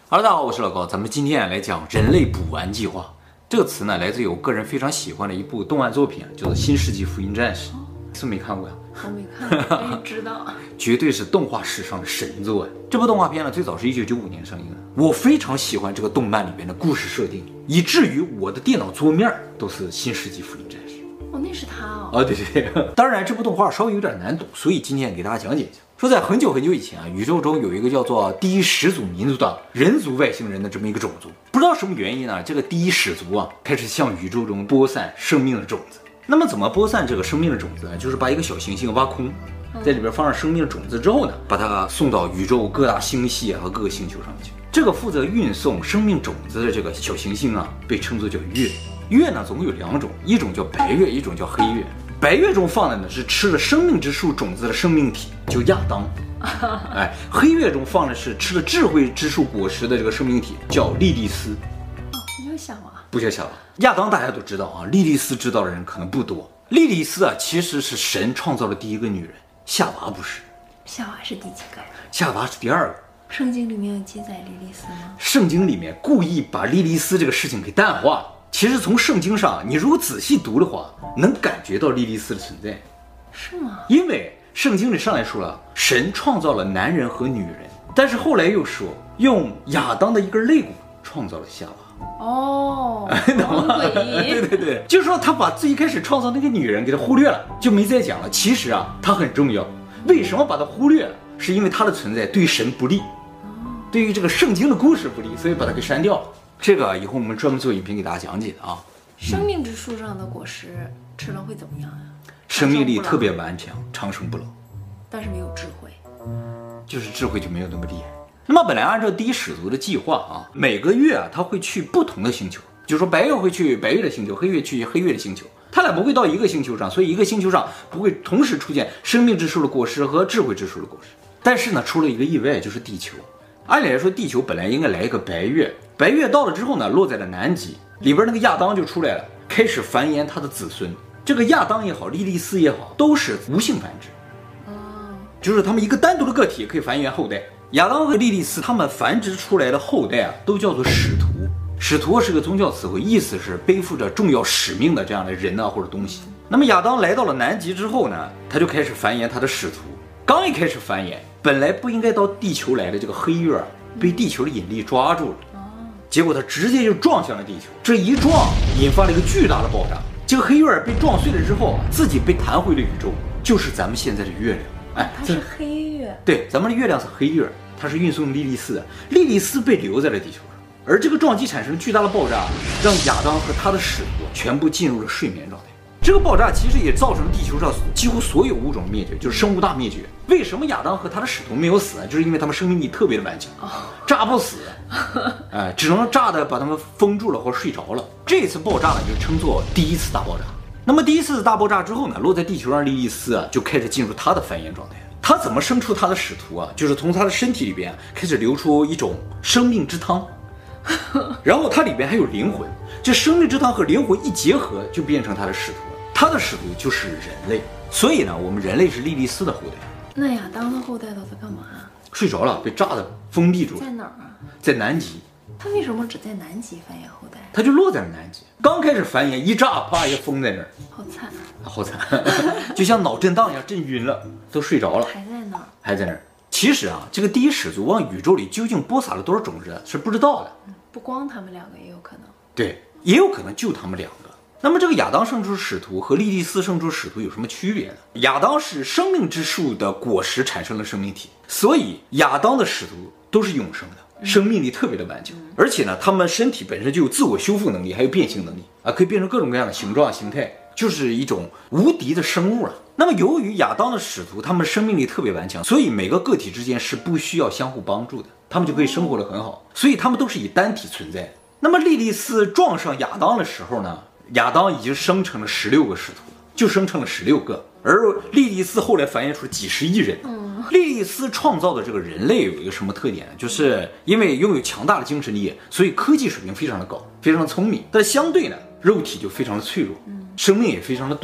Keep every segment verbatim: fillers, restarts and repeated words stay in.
Hello， 大家好，我是老高，咱们今天来讲人类补完计划。这个词呢，来自于我个人非常喜欢的一部动漫作品，叫做《新世纪福音战士》。是没看过呀？ 我没看过，但是知道， 绝对是动画史上的神作呀！这部动画片呢，最早是一九九五年上映的。我非常喜欢这个动漫里边的故事设定，以至于我的电脑桌面都是《新世纪福音战士》。 哦，那是他哦。 哦，对对对。当然，这部动画稍微有点难懂，所以今天给大家讲解一下。说在很久很久以前啊，宇宙中有一个叫做第一始祖民族的人族外星人的这么一个种族，不知道什么原因呢，这个第一始祖啊开始向宇宙中播散生命的种子。那么怎么播散这个生命的种子呢？就是把一个小行星挖空，在里边放上生命的种子之后呢，把它送到宇宙各大星系和各个星球上去。这个负责运送生命种子的这个小行星啊，被称作叫月。月呢总共有两种，一种叫白月，一种叫黑月。白月中放的呢是吃了生命之树种子的生命体，就亚当。哎，黑月中放的是吃了智慧之树果实的这个生命体，叫莉莉丝。 哦，你有想吗？ 不需要想了。亚当大家都知道啊，莉莉丝知道的人可能不多。莉莉丝啊，其实是神创造的第一个女人，夏娃不是。 夏娃是第几个呀？ 夏娃是第二个。 圣经里面有记载莉莉丝吗？ 圣经里面故意把莉莉丝这个事情给淡化。其实从圣经上，你如果仔细读的话，能感觉到莉莉丝的存在。 是吗？ 因为圣经里上来说了，神创造了男人和女人，但是后来又说用亚当的一根肋骨创造了夏娃。 哦， 懂吗？ 诡异。 对对对，就是说他把最一开始创造那个女人给他忽略了，就没再讲了。其实啊，她很重要。为什么把她忽略了？是因为她的存在对神不利，对于这个圣经的故事不利，所以把它给删掉了。这个以后我们专门做影片给大家讲解的啊。 生命之树上的果实吃了会怎么样呀？ 生命力特别顽强，长生不老， 但是没有智慧， 就是智慧就没有那么厉害。那么本来按照第一始祖的计划啊，每个月啊他会去不同的星球，就是说白月会去白月的星球，黑月去黑月的星球，他俩不会到一个星球上，所以一个星球上不会同时出现生命之树的果实和智慧之树的果实。但是呢，出了一个意外，就是地球。按理来说，地球本来应该来一个白月，白月到了之后呢，落在了南极，里边那个亚当就出来了，开始繁衍他的子孙。这个亚当也好，莉莉丝也好，都是无性繁殖， 哦， 就是他们一个单独的个体可以繁衍后代。亚当和莉莉丝他们繁殖出来的后代啊，都叫做使徒。使徒是个宗教词汇，意思是背负着重要使命的这样的人啊或者东西。那么亚当来到了南极之后呢，他就开始繁衍他的使徒。刚一开始繁衍，本来不应该到地球来的这个黑月啊，被地球的引力抓住了，结果他直接就撞向了地球。这一撞引发了一个巨大的爆炸。这个黑月被撞碎了之后，自己被弹回了宇宙，就是咱们现在的月亮。哎， 它是黑月。 对，咱们的月亮是黑月，它是运送莉莉丝的。莉莉丝被留在了地球上，而这个撞击产生巨大的爆炸，让亚当和他的使徒全部进入了睡眠状态。这个爆炸其实也造成了地球上几乎所有物种灭绝，就是生物大灭绝。为什么亚当和他的使徒没有死呢？就是因为他们生命力特别的顽强，炸不死，哎，只能炸的把他们封住了或睡着了。这次爆炸呢，就称作第一次大爆炸。那么第一次大爆炸之后呢，落在地球上莉莉丝啊，就开始进入她的繁衍状态。她怎么生出她的使徒啊？就是从她的身体里边开始流出一种生命之汤，然后它里边还有灵魂，这生命之汤和灵魂一结合，就变成她的使徒。她的使徒就是人类，所以呢，我们人类是莉莉丝的后代。 那亚当的后代都在干嘛？ 睡着了，被炸的封闭住了。 在哪儿啊？ 在南极。 他为什么只在南极繁衍后代？ 他就落在了南极，刚开始繁衍，一炸，啪，一封在那儿， 好惨啊！ 好惨，就像脑震荡一样，震晕了，都睡着了， 还在那儿， 还在那儿。其实啊，这个第一始祖往宇宙里究竟播撒了多少种子是不知道的。 不光他们两个也有可能。 对，也有可能就他们两个。那么这个亚当生出使徒和莉莉丝生出使徒有什么区别呢？亚当是生命之树的果实产生了生命体，所以亚当的使徒都是永生的，生命力特别的顽强，而且呢，他们身体本身就有自我修复能力，还有变形能力啊，可以变成各种各样的形状形态，就是一种无敌的生物了。那么由于亚当的使徒他们生命力特别顽强，所以每个个体之间是不需要相互帮助的，他们就可以生活得很好，所以他们都是以单体存在。那么莉莉丝撞上亚当的时候呢，亚当已经生成了十六个使徒了，就生成了十六个，而莉莉丝后来繁衍出了几十亿人。嗯，莉莉丝创造的这个人类有一个什么特点呢？就是因为拥有强大的精神力，所以科技水平非常的高，非常的聪明，但相对呢，肉体就非常的脆弱，生命也非常的短。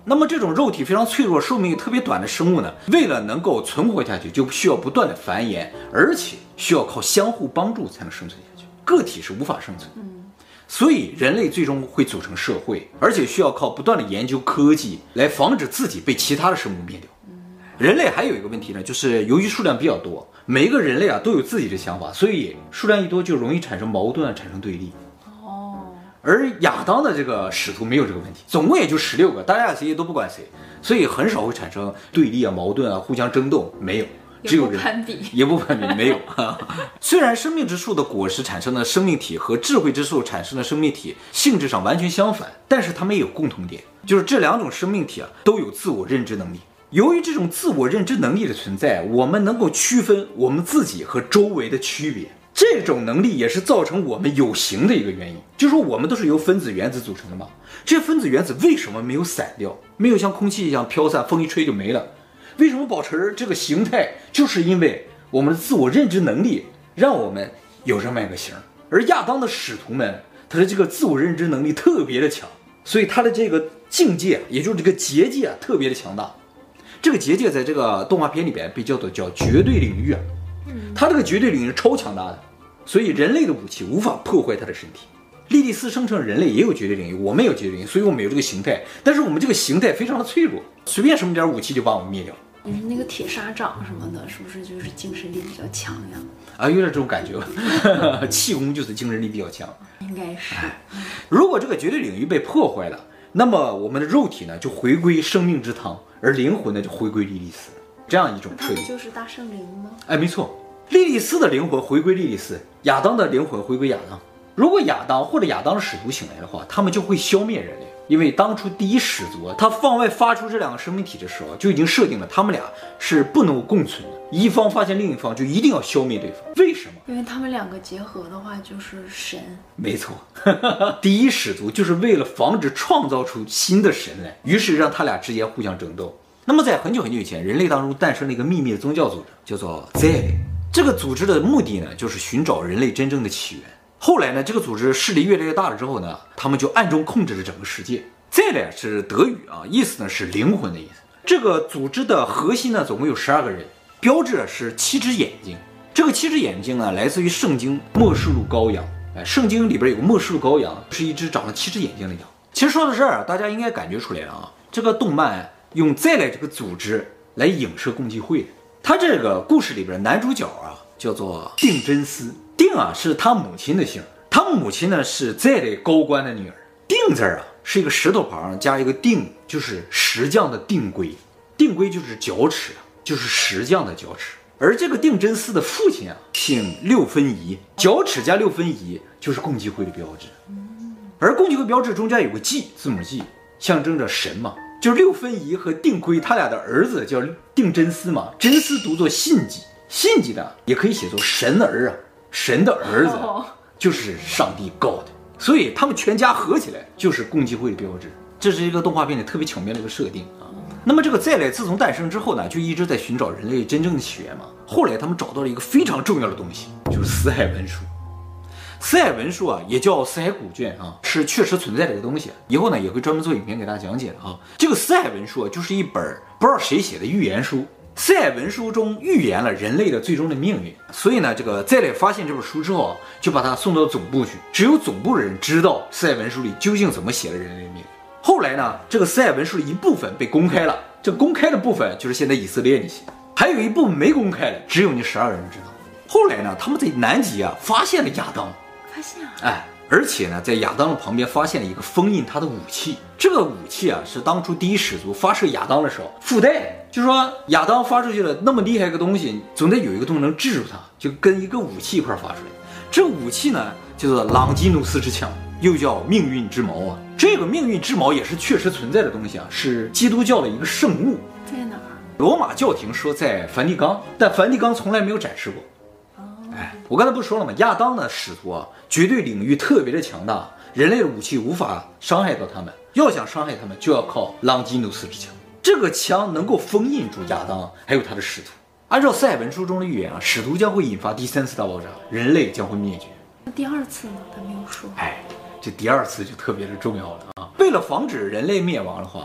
那么这种肉体非常脆弱、寿命特别短的生物呢，为了能够存活下去，就需要不断的繁衍，而且需要靠相互帮助才能生存下去，个体是无法生存的。所以人类最终会组成社会，而且需要靠不断的研究科技来防止自己被其他的生物灭掉。人类还有一个问题呢，就是由于数量比较多，每一个人类啊都有自己的想法，所以数量一多就容易产生矛盾，产生对立。而亚当的这个使徒没有这个问题，总共也就十六个，大家谁都不管谁，所以很少会产生对立啊、矛盾啊、互相争斗，没有，只有人也不攀比， 也不攀比，没有。虽然生命之树的果实产生的生命体和智慧之树产生的生命体性质上完全相反，但是它们也有共同点，就是这两种生命体啊都有自我认知能力。由于这种自我认知能力的存在，我们能够区分我们自己和周围的区别。这种能力也是造成我们有形的一个原因，就是说我们都是由分子原子组成的嘛。这些分子原子为什么没有散掉，没有像空气一样飘散，风一吹就没了？为什么保持这个形态？就是因为我们的自我认知能力让我们有这么一个形。而亚当的使徒们，他的这个自我认知能力特别的强，所以他的这个境界，也就是这个结界啊，特别的强大。这个结界在这个动画片里边被叫做叫绝对领域啊，它这个绝对领域超强大的。所以人类的武器无法破坏它的身体。莉莉丝声称人类也有绝对领域，我们也有绝对领域，所以我们有这个形态，但是我们这个形态非常的脆弱，随便什么点武器就把我们灭掉。 就是那个铁砂掌什么的，是不是就是精神力比较强呀？ 啊，有点这种感觉。气功就是精神力比较强， 应该是。 如果这个绝对领域被破坏了，那么我们的肉体呢就回归生命之汤，而灵魂呢就回归莉莉丝，这样一种设定。 就是大圣灵吗？ 哎，没错。莉莉丝的灵魂回归莉莉丝，亚当的灵魂回归亚当。如果亚当或者亚当的使徒醒来的话，他们就会消灭人类，因为当初第一始祖他放外发出这两个生命体的时候，就已经设定了他们俩是不能够共存的，一方发现另一方就一定要消灭对方。为什么？ 因为他们两个结合的话就是神。 没错，第一始祖就是为了防止创造出新的神来，于是让他俩之间互相争斗。那么在很久很久以前，人类当中诞生了一个秘密的宗教组织，叫做 Zele。这个组织的目的呢，就是寻找人类真正的起源。后来呢，这个组织势力越来越大了之后呢，他们就暗中控制了整个世界。再来是德语啊，意思呢是灵魂的意思。这个组织的核心呢，总共有十二个人，标志是七只眼睛。这个七只眼睛呢，来自于圣经末世录羔羊。哎，圣经里边有个末世录羔羊，是一只长了七只眼睛的羊。其实说到这儿，大家应该感觉出来了啊，这个动漫用再来这个组织来影射共济会。他这个故事里边男主角啊叫做定真司，定啊是他母亲的姓，他母亲呢是再来高官的女儿。定字啊是一个石头旁加一个定，就是石匠的定规，定规就是角尺，就是石匠的角尺。而这个定真司的父亲啊姓六分仪，角尺加六分仪就是共济会的标志。而共济会标志中间有个 G 字母 G， 象征着神嘛，就是六分仪和定规他俩的儿子叫定真司嘛，真司读作信记，信记的也可以写作神儿啊，神的儿子就是上帝 God， 所以他们全家合起来就是共济会的标志。这是一个动画片里特别巧妙的一个设定啊。那么这个再来自从诞生之后呢，就一直在寻找人类真正的起源嘛。后来他们找到了一个非常重要的东西，就是死海文书。死海文书啊，也叫死海古卷啊，是确实存在的一个东西。以后呢，也会专门做影片给大家讲解啊。这个死海文书啊，就是一本不知道谁写的预言书。死海文书中预言了人类的最终的命运，所以呢，这个再来发现这本书之后啊，就把它送到总部去。只有总部的人知道死海文书里究竟怎么写了人类的命运。后来呢，这个死海文书的一部分被公开了，这公开的部分就是现在以色列那些，还有一部分没公开的，只有那十二个人知道。后来呢，他们在南极啊发现了亚当。 发现啊， 哎，而且呢，在亚当的旁边发现了一个封印他的武器。这个武器啊，是当初第一始祖发射亚当的时候附带的，就是说亚当发出去了那么厉害一个东西，总得有一个东西能制住它，就跟一个武器一块发出来。这武器呢，叫做朗基努斯之枪，又叫命运之矛啊。这个命运之矛也是确实存在的东西啊，是基督教的一个圣物。 在哪儿？ 罗马教廷说在梵蒂冈，但梵蒂冈从来没有展示过。哎，我刚才不是说了吗？亚当的使徒啊，绝对领域特别的强大，人类的武器无法伤害到他们。要想伤害他们，就要靠朗基努斯之枪。这个枪能够封印住亚当，还有他的使徒。按照死海文书中的预言啊，使徒将会引发第三次大爆炸，人类将会灭绝。 那第二次呢？他没有说。 哎，这第二次就特别的重要了啊！为了防止人类灭亡的话，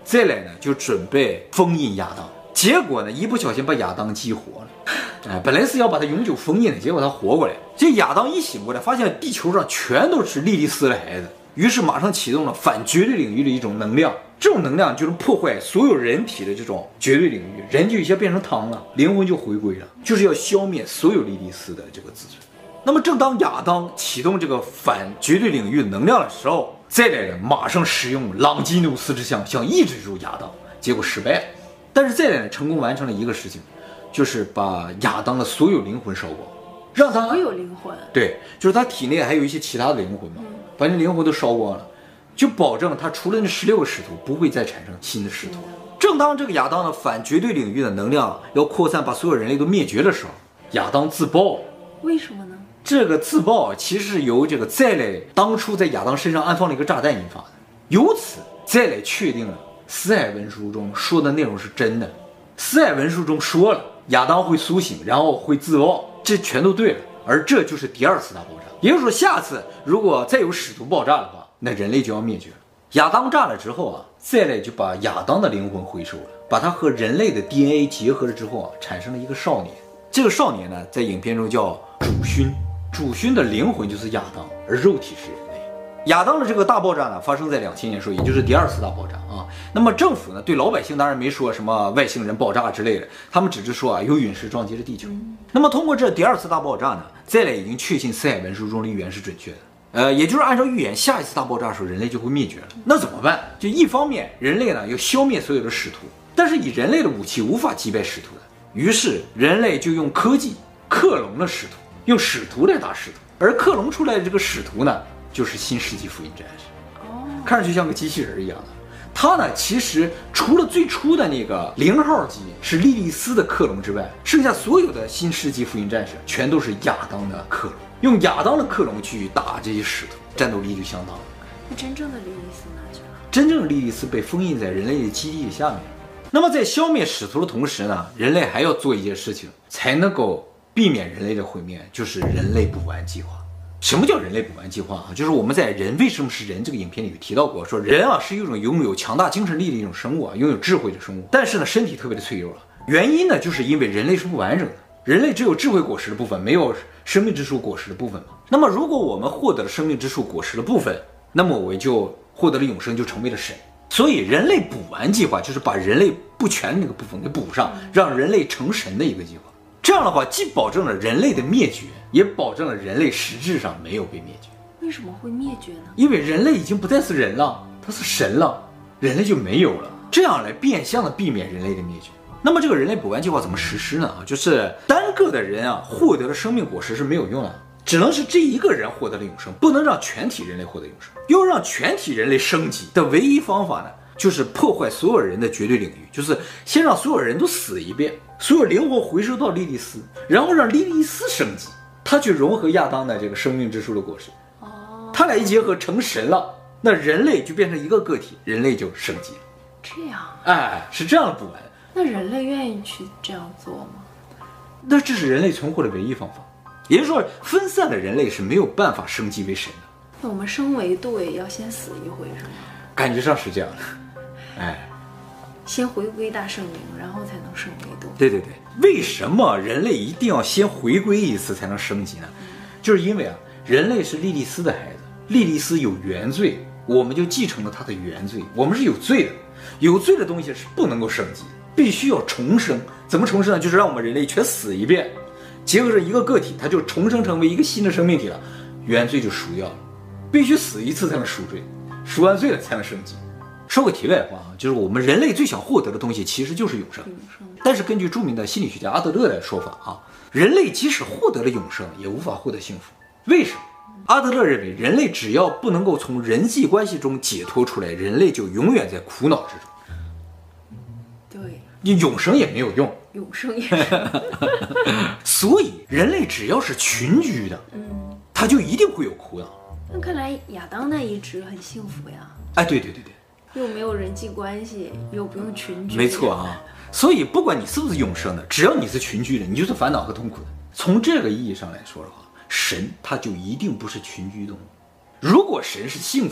再来呢就准备封印亚当，结果呢一不小心把亚当激活了。哎，本来是要把他永久封印的，结果他活过来。这亚当一醒过来，发现地球上全都是莉莉丝的孩子，于是马上启动了反绝对领域的一种能量，这种能量就能破坏所有人体的这种绝对领域，人就一下变成汤了，灵魂就回归了，就是要消灭所有莉莉丝的这个子孙。那么正当亚当启动这个反绝对领域能量的时候，再来人马上使用朗基努斯之枪想抑制住亚当，结果失败了。但是再来人成功完成了一个事情，就是把亚当的所有灵魂烧光，让他所有灵魂， 对，就是他体内还有一些其他的灵魂嘛，把那灵魂都烧光了，就保证他除了那十六个使徒不会再产生新的使徒。正当这个亚当的反绝对领域的能量要扩散，把所有人类都灭绝的时候，亚当自爆。 为什么呢？ 这个自爆其实是由这个再来当初在亚当身上安放了一个炸弹引发的，由此再来确定了死海文书中说的内容是真的。死海文书中说了亚当会苏醒，然后会自爆，这全都对了，而这就是第二次大爆炸。也就是说，下次如果再有使徒爆炸的话，那人类就要灭绝了。亚当炸了之后啊，再来就把亚当的灵魂回收了，把它和人类的 D N A 结合了之后啊，产生了一个少年。这个少年呢，在影片中叫主勋，主勋的灵魂就是亚当，而肉体是人类。亚当的这个大爆炸呢，发生在两千年时候，也就是第二次大爆炸啊。那么政府呢，对老百姓当然没说什么外星人爆炸之类的，他们只是说啊，有陨石撞击了地球。那么通过这第二次大爆炸呢，再来已经确信死海文书中的预言是准确的。呃，也就是按照预言，下一次大爆炸的时候，人类就会灭绝了。那怎么办？就一方面，人类呢要消灭所有的使徒，但是以人类的武器无法击败使徒的，于是人类就用科技克隆了使徒，用使徒来打使徒，而克隆出来的这个使徒呢，就是新世纪福音战士。哦，看上去像个机器人一样的。它呢，其实除了最初的那个零号机是莉莉丝的克隆之外，剩下所有的新世纪福音战士全都是亚当的克隆。用亚当的克隆去打这些使徒，战斗力就相当了。 那真正的莉莉丝哪去了？ 真正的莉莉丝被封印在人类的基地下面。那么在消灭使徒的同时呢，人类还要做一件事情，才能够避免人类的毁灭，就是人类补完计划。什么叫人类补完计划啊？就是我们在《人为什么是人》这个影片里提到过，说人啊是一种拥有强大精神力的一种生物啊，拥有智慧的生物，但是呢身体特别的脆弱。原因呢，就是因为人类是不完整的。人类只有智慧果实的部分，没有生命之树果实的部分嘛。那么如果我们获得了生命之树果实的部分，那么我就获得了永生，就成为了神。所以人类补完计划就是把人类不全的那个部分给补上，让人类成神的一个计划。这样的话，既保证了人类的灭绝，也保证了人类实质上没有被灭绝。 为什么会灭绝呢？ 因为人类已经不再是人了，他是神了，人类就没有了。这样来变相的避免人类的灭绝。那么这个人类补完计划怎么实施呢？啊，就是单个的人啊获得了生命果实是没有用的，只能是这一个人获得了永生，不能让全体人类获得永生。要让全体人类升级的唯一方法呢，就是破坏所有人的绝对领域，就是先让所有人都死一遍，所有灵魂回收到莉莉丝，然后让莉莉丝升级，他去融合亚当的这个生命之树的果实，哦，他俩一结合成神了，那人类就变成一个个体，人类就升级了。 这样， 哎，是这样的补完。 那人类愿意去这样做吗？ 那这是人类存活的唯一方法，也就是说，分散的人类是没有办法升级为神的。 那我们升维度也要先死一回是吗？ 感觉上是这样的，哎， 先回归大圣灵，然后才能升维度。 对对对，为什么人类一定要先回归一次才能升级呢？就是因为啊，人类是莉莉丝的孩子，莉莉丝有原罪，我们就继承了她的原罪，我们是有罪的，有罪的东西是不能够升级的。必须要重生，怎么重生呢？就是让我们人类全死一遍，结合着一个个体，它就重生成为一个新的生命体了，原罪就赎掉了。必须死一次才能赎罪，赎完罪了才能升级。说个题外话啊，就是我们人类最想获得的东西其实就是永生。但是根据著名的心理学家阿德勒的说法啊，人类即使获得了永生，也无法获得幸福。为什么？阿德勒认为，人类只要不能够从人际关系中解脱出来，人类就永远在苦恼之中。 对， 你永生也没有用， 永生也是。 所以人类只要是群居的，嗯，他就一定会有苦恼。 那看来亚当那一直很幸福呀。 哎，对对对对， 又没有人际关系，又不用群居。 没错啊。所以不管你是不是永生的，只要你是群居的，你就是烦恼和痛苦的。从这个意义上来说的话，神他就一定不是群居动物。如果神是幸福的，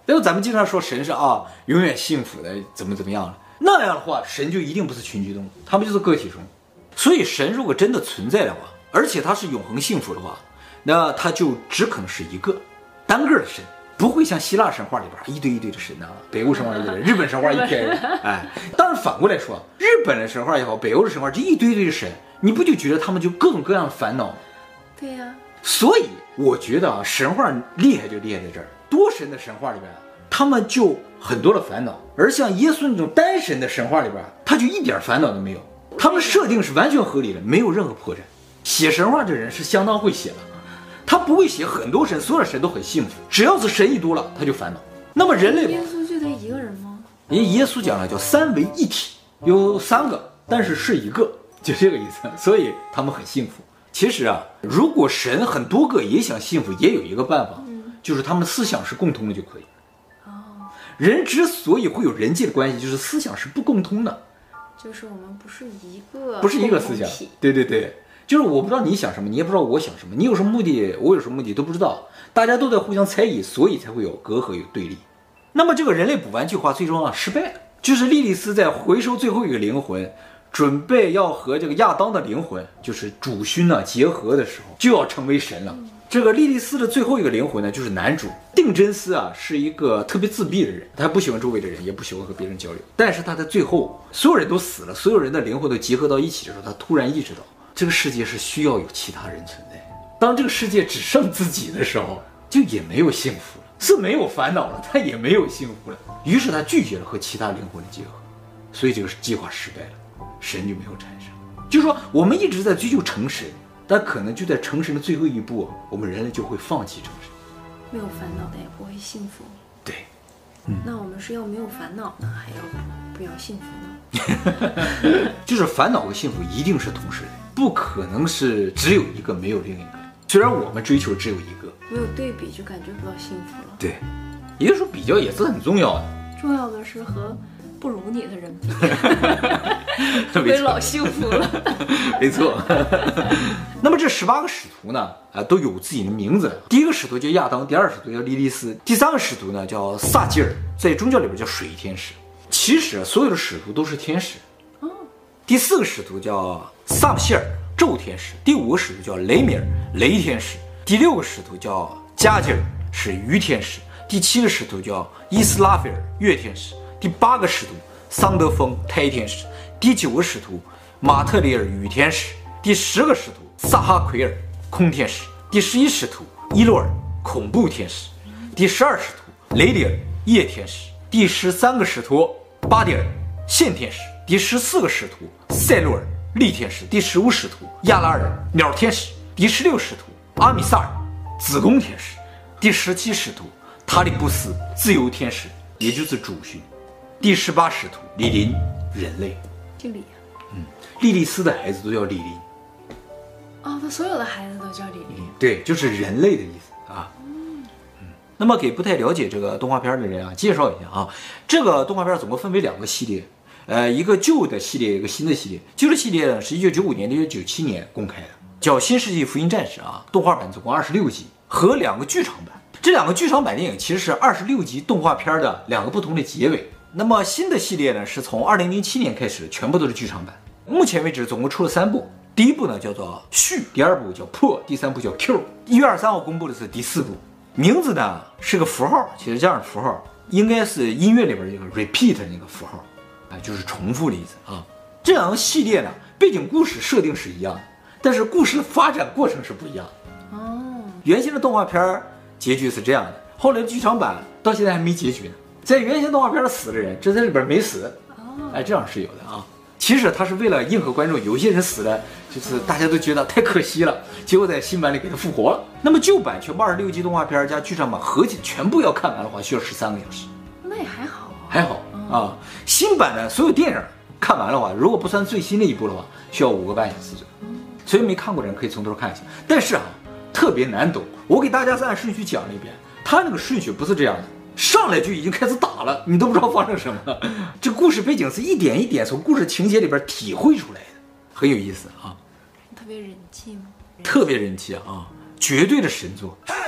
然后咱们经常说神是啊永远幸福的，怎么怎么样了，那样的话神就一定不是群居动物，他们就是个体生物。所以神如果真的存在的话，而且他是永恒幸福的话，那他就只可能是一个单个的神，不会像希腊神话里边一堆一堆的神啊，北欧神话一堆人，日本神话一片人。哎，当然反过来说，日本的神话也好，北欧的神话这一堆堆的神，你不就觉得他们就各种各样的烦恼吗？ 对呀、啊。 所以我觉得啊，神话厉害就厉害在这儿，多神的神话里边，他们就很多的烦恼，而像耶稣那种单神的神话里边，他就一点烦恼都没有。他们设定是完全合理的，没有任何破绽。写神话这人是相当会写了，他不会写很多神，所有的神都很幸福，只要是神一多了，他就烦恼。那么人类， 耶稣就他一个人吗？ 因为耶稣讲了叫三位一体，有三个，但是是一个，就这个意思，所以他们很幸福。其实啊，如果神很多个也想幸福，也有一个办法，嗯、就是他们思想是共通的就可以。哦，人之所以会有人际的关系，就是思想是不共通的。 就是我们不是一个， 不是一个思想，对对对，就是我不知道你想什么，你也不知道我想什么，你有什么目的，我有什么目的都不知道，大家都在互相猜疑，所以才会有隔阂，有对立。那么这个人类补完计划最终啊失败了，就是莉莉丝在回收最后一个灵魂，准备要和这个亚当的灵魂，就是主勋呢、啊、结合的时候，就要成为神了。嗯、这个莉莉丝的最后一个灵魂呢，就是男主定真丝啊，是一个特别自闭的人，他不喜欢周围的人，也不喜欢和别人交流。但是他在最后，所有人都死了，所有人的灵魂都结合到一起的时候，他突然意识到，这个世界是需要有其他人存在。当这个世界只剩自己的时候，就也没有幸福了，是没有烦恼了，但也没有幸福了。于是他拒绝了和其他灵魂的结合，所以这个计划失败了，神就没有产生。就是说，我们一直在追求成神，但可能就在成神的最后一步，我们人类就会放弃成神。 没有烦恼的也不会幸福。 对， 嗯，那我们是要没有烦恼呢，还要不要幸福呢？就是烦恼和幸福一定是同时的，不可能是只有一个没有另一个。虽然我们追求只有一个， 没有对比就感觉不到幸福了。 对，也就是说比较也是很重要的。 重要的是和不如你的人比，会老幸福了。 没错。那么这十八个使徒呢，啊，都有自己的名字。第一个使徒叫亚当，第二个使徒叫莉莉丝，第三个使徒呢叫萨基尔，在宗教里边叫水天使。其实所有的使徒都是天使。哦。第四个使徒叫萨姆希尔，昼天使。第五个使徒叫雷米尔，雷天使。第六个使徒叫加吉尔，是鱼天使。第七个使徒叫伊斯拉菲尔，月天使。第八个使徒桑德丰，太天使。第九个使徒马特里尔，雨天使。第十个使徒萨哈奎尔，空天使。第十一使徒伊洛尔，恐怖天使。第十二使徒雷里尔，夜天使。第十三个使徒巴迪尔，线天使。第十四个使徒塞洛尔，利天使。第十五使徒亚拉尔，鸟天使。第十六使徒阿米萨尔，子宫天使。第十七使徒塔里布斯，自由天使，也就是主勋。第十八使徒李林，人类。 姓李啊？ 嗯，莉莉丝的孩子都叫李林。 哦，他所有的孩子都叫李林。 对，就是人类的意思啊。嗯嗯。那么给不太了解这个动画片的人啊，介绍一下啊，这个动画片总共分为两个系列，呃，一个旧的系列，一个新的系列。旧的系列呢是一九九五年、一九九七年公开的，叫《新世纪福音战士》啊，动画版总共二十六集和两个剧场版。这两个剧场版电影其实是二十六集动画片的两个不同的结尾。那么新的系列呢，是从二零零七年开始，全部都是剧场版。目前为止总共出了三部，第一部呢叫做续，第二部叫破，第三部叫 Q。一月二十三号公布的是第四部，名字呢是个符号，其实这样的符号应该是音乐里边这个 repeat 那个符号啊，就是重复的意思啊。这两个系列呢，背景故事设定是一样的，但是故事的发展过程是不一样的。哦，原先的动画片结局是这样的，后来的剧场版到现在还没结局呢。在原先动画片的死的人，这在里边没死，哎，这样是有的啊。其实他是为了迎合观众，有些人死了，就是大家都觉得太可惜了，结果在新版里给他复活了。那么旧版全部二十六集动画片加剧场版合计全部要看完的话，需要十三个小时。 那也还好啊， 还好啊。新版的所有电影看完的话，如果不算最新的一部的话，需要五个半小时左右。所以没看过的人可以从头看一下。但是啊，特别难懂，我给大家是按顺序讲了一遍，他那个顺序不是这样的。上来就已经开始打了，你都不知道发生什么了。这故事背景是一点一点从故事情节里边体会出来的，很有意思啊。 特别人气吗？ 特别人气啊，绝对的神作。